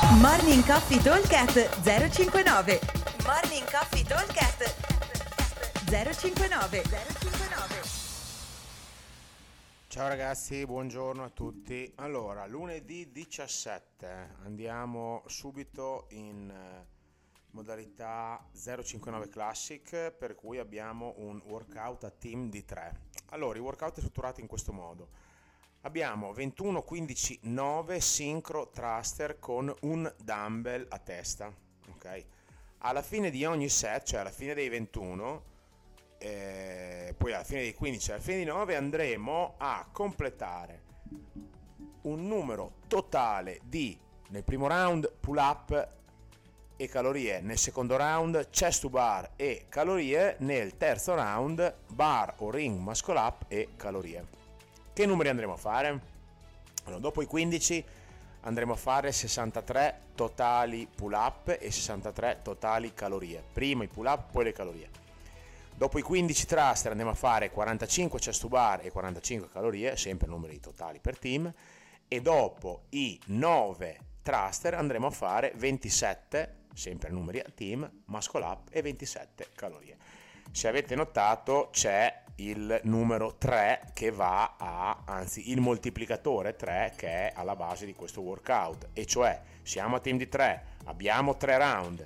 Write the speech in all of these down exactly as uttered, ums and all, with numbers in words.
Morning Coffee Talkcast zero cinquantanove. Morning Coffee Talkcast zero cinquantanove. Ciao ragazzi, buongiorno a tutti. Allora, lunedì diciassette, andiamo subito in eh, modalità zero cinquantanove Classic, per cui abbiamo un workout a team di tre. Allora, il workout è strutturato in questo modo. Abbiamo ventuno, quindici, nove sincro thruster con un dumbbell a testa, ok? Alla fine di ogni set, cioè alla fine dei ventuno, eh, poi alla fine dei quindici, alla fine dei nove, andremo a completare un numero totale di, nel primo round, pull up e calorie, nel secondo round chest to bar e calorie, nel terzo round bar o ring muscle up e calorie. Che numeri andremo a fare? Allora, dopo i quindici andremo a fare sessantatré totali pull up e sessantatré totali calorie. Prima i pull up, poi le calorie. Dopo i quindici thruster andiamo a fare quarantacinque chest to bar e quarantacinque calorie, sempre numeri totali per team. E dopo i nove thruster andremo a fare ventisette, sempre numeri a team, muscle up e ventisette calorie. Se avete notato c'è il numero tre che va a, anzi il moltiplicatore tre che è alla base di questo workout, e cioè siamo a team di tre, abbiamo tre round,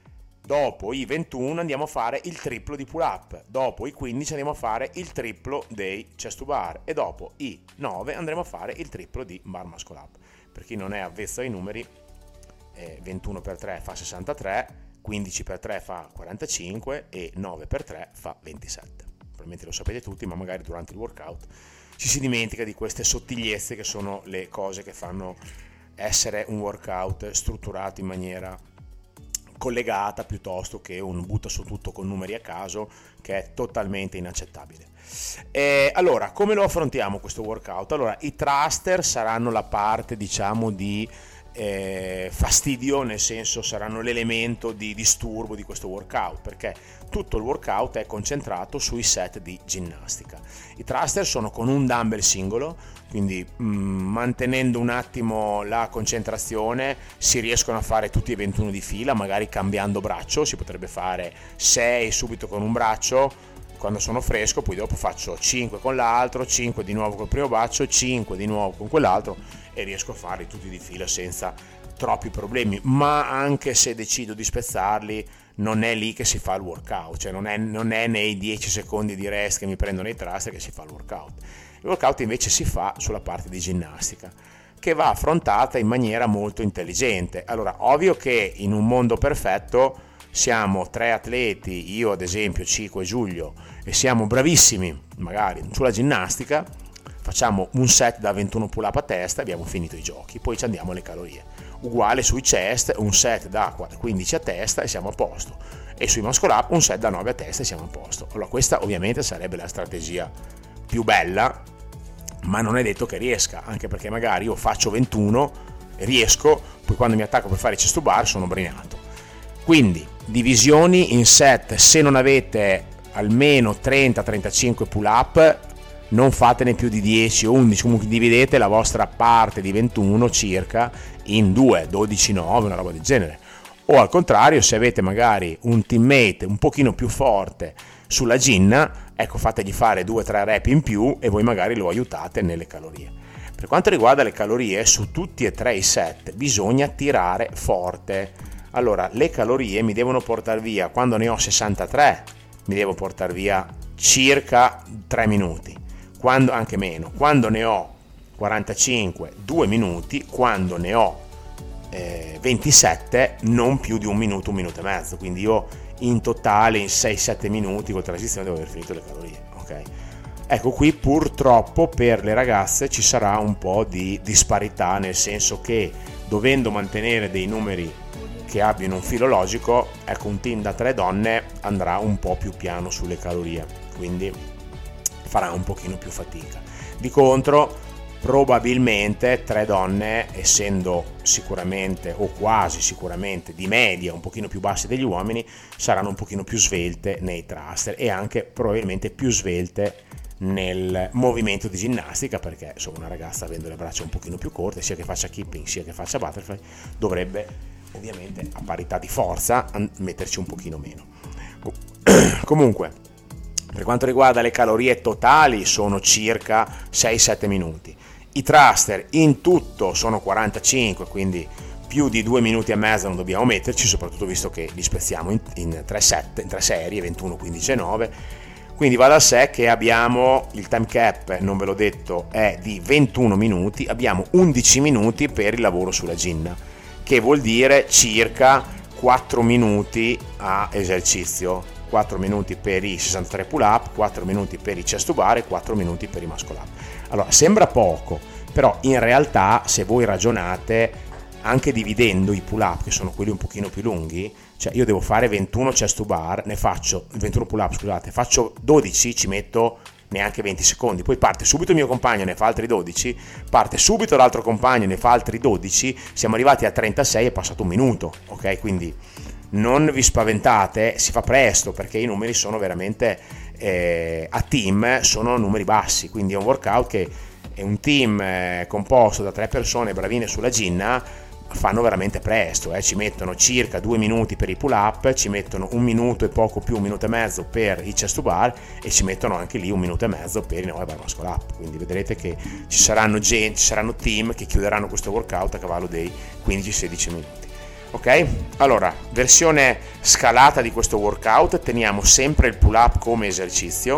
dopo i ventuno andiamo a fare il triplo di pull up, dopo i quindici andiamo a fare il triplo dei chest to bar e dopo i nove andremo a fare il triplo di bar muscle up. Per chi non è avvezzo ai numeri, eh, ventuno per tre fa sessantatré, quindici per tre fa quarantacinque e nove per tre fa ventisette. Probabilmente lo sapete tutti, ma magari durante il workout ci si dimentica di queste sottigliezze che sono le cose che fanno essere un workout strutturato in maniera collegata piuttosto che un butta su tutto con numeri a caso, che è totalmente inaccettabile. E allora, come lo affrontiamo questo workout? Allora, i thruster saranno la parte, diciamo, di Eh, fastidio, nel senso saranno l'elemento di disturbo di questo workout, perché tutto il workout è concentrato sui set di ginnastica. I thruster sono con un dumbbell singolo, quindi mh, mantenendo un attimo la concentrazione si riescono a fare tutti e ventuno di fila, magari cambiando braccio, si potrebbe fare sei subito con un braccio quando sono fresco, poi dopo faccio cinque con l'altro, cinque di nuovo col primo braccio, cinque di nuovo con quell'altro, e riesco a farli tutti di fila senza troppi problemi. Ma anche se decido di spezzarli, non è lì che si fa il workout, cioè non è, non è nei dieci secondi di rest che mi prendono i thruster che si fa il workout. Il workout invece si fa sulla parte di ginnastica, che va affrontata in maniera molto intelligente. Allora, ovvio che in un mondo perfetto siamo tre atleti, io ad esempio Cico e Giulio, e siamo bravissimi magari sulla ginnastica, facciamo un set da ventuno pull up a testa e abbiamo finito i giochi, poi ci andiamo alle calorie. Uguale sui chest, un set da quindici a testa e siamo a posto, e sui muscle up un set da nove a testa e siamo a posto. Allora, questa ovviamente sarebbe la strategia più bella, ma non è detto che riesca, anche perché magari io faccio ventuno, riesco, poi quando mi attacco per fare i chest to bar sono brinato. Quindi divisioni in set: se non avete almeno trenta trentacinque pull up, non fatene più di dieci o undici, comunque dividete la vostra parte di ventuno circa in due, dodici nove, una roba del genere. O al contrario, se avete magari un teammate un pochino più forte sulla ginna, ecco, fategli fare due tre rep in più e voi magari lo aiutate nelle calorie. Per quanto riguarda le calorie, su tutti e tre i set bisogna tirare forte. Allora, le calorie mi devono portare via, quando ne ho sessantatré, mi devo portare via circa tre minuti, quando, anche meno, quando ne ho quarantacinque, due minuti, quando ne ho eh, ventisette, non più di un minuto, un minuto e mezzo, quindi io in totale in sei sette minuti con transizione devo aver finito le calorie, ok? Ecco, qui purtroppo per le ragazze ci sarà un po' di disparità, nel senso che dovendo mantenere dei numeri che abbiano un filo logico, ecco, un team da tre donne andrà un po' più piano sulle calorie, quindi farà un pochino più fatica. Di contro, probabilmente tre donne, essendo sicuramente o quasi sicuramente di media un pochino più basse degli uomini, saranno un pochino più svelte nei thruster e anche probabilmente più svelte nel movimento di ginnastica, perché insomma una ragazza avendo le braccia un pochino più corte, sia che faccia keeping sia che faccia butterfly, dovrebbe ovviamente a parità di forza metterci un pochino meno. Comunque, per quanto riguarda le calorie totali, sono circa sei sette minuti. I thruster in tutto sono quarantacinque, quindi più di due minuti e mezzo non dobbiamo metterci, soprattutto visto che li spezziamo in, in, tre, set, in tre serie, ventuno, quindici e nove. Quindi va da sé che abbiamo il time cap, non ve l'ho detto, è di ventuno minuti, abbiamo undici minuti per il lavoro sulla ginna, che vuol dire circa quattro minuti a esercizio, quattro minuti per i sessantatré pull up, quattro minuti per i chest to bar e quattro minuti per i muscle up. Allora sembra poco, però in realtà se voi ragionate anche dividendo i pull up, che sono quelli un pochino più lunghi, cioè io devo fare ventuno chest to bar, ne faccio ventuno pull up, scusate, faccio dodici, ci metto neanche venti secondi, poi parte subito il mio compagno, ne fa altri dodici, parte subito l'altro compagno, ne fa altri dodici, siamo arrivati a trentasei, è passato un minuto, ok? Quindi non vi spaventate, si fa presto, perché i numeri sono veramente eh, a team, sono numeri bassi, quindi è un workout che è un team eh, composto da tre persone bravine sulla ginna, fanno veramente presto, eh. Ci mettono circa due minuti per i pull up, ci mettono un minuto e poco più, un minuto e mezzo per i chest to bar e ci mettono anche lì un minuto e mezzo per i nove bar muscle up. Quindi vedrete che ci saranno gente, ci saranno team che chiuderanno questo workout a cavallo dei quindici sedici minuti. Ok? Allora, versione scalata di questo workout, teniamo sempre il pull up come esercizio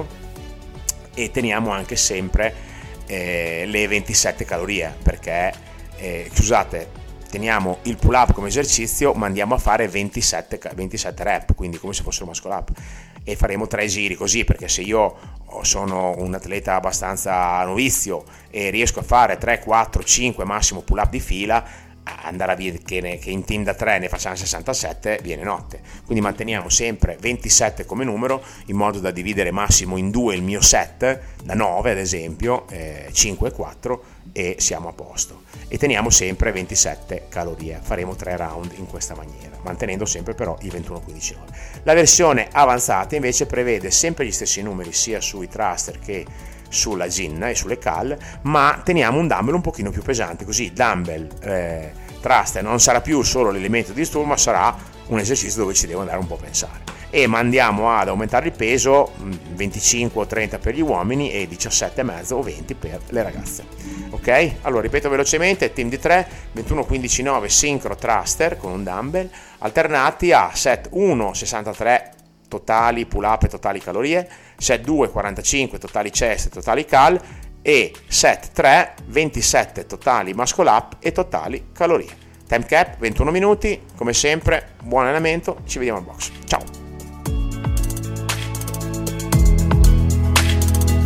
e teniamo anche sempre eh, le ventisette calorie, perché eh, scusate, teniamo il pull up come esercizio ma andiamo a fare ventisette, ventisette rep, quindi come se fossero muscle up, e faremo tre giri così, perché se io sono un atleta abbastanza novizio e riesco a fare tre, quattro, cinque massimo pull up di fila, andare a dire che, ne, che in team da tre ne facciamo sessantasette viene notte, quindi manteniamo sempre ventisette come numero in modo da dividere massimo in due il mio set da nove ad esempio, eh, cinque e quattro, e siamo a posto, e teniamo sempre ventisette calorie. Faremo tre round in questa maniera, mantenendo sempre però i ventuno quindici nove. La versione avanzata invece prevede sempre gli stessi numeri sia sui thruster che sulla ginna e sulle cal, ma teniamo un dumbbell un pochino più pesante, così il dumbbell eh, thruster non sarà più solo l'elemento di disturbo, ma sarà un esercizio dove ci devo andare un po' a pensare, e mandiamo ad aumentare il peso venticinque o trenta per gli uomini e diciassette e mezzo o venti per le ragazze. Ok? Allora ripeto velocemente: team di tre, ventuno quindici nove sincro thruster con un dumbbell, alternati a set uno sessantatré totali pull up e totali calorie, set due quarantacinque totali chest e totali cal, e set tre ventisette totali muscle up e totali calorie. Time cap ventuno minuti, come sempre buon allenamento, ci vediamo al box, ciao!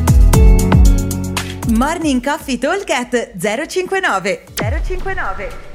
Morning Coffee Talk at zero cinquantanove zero cinquantanove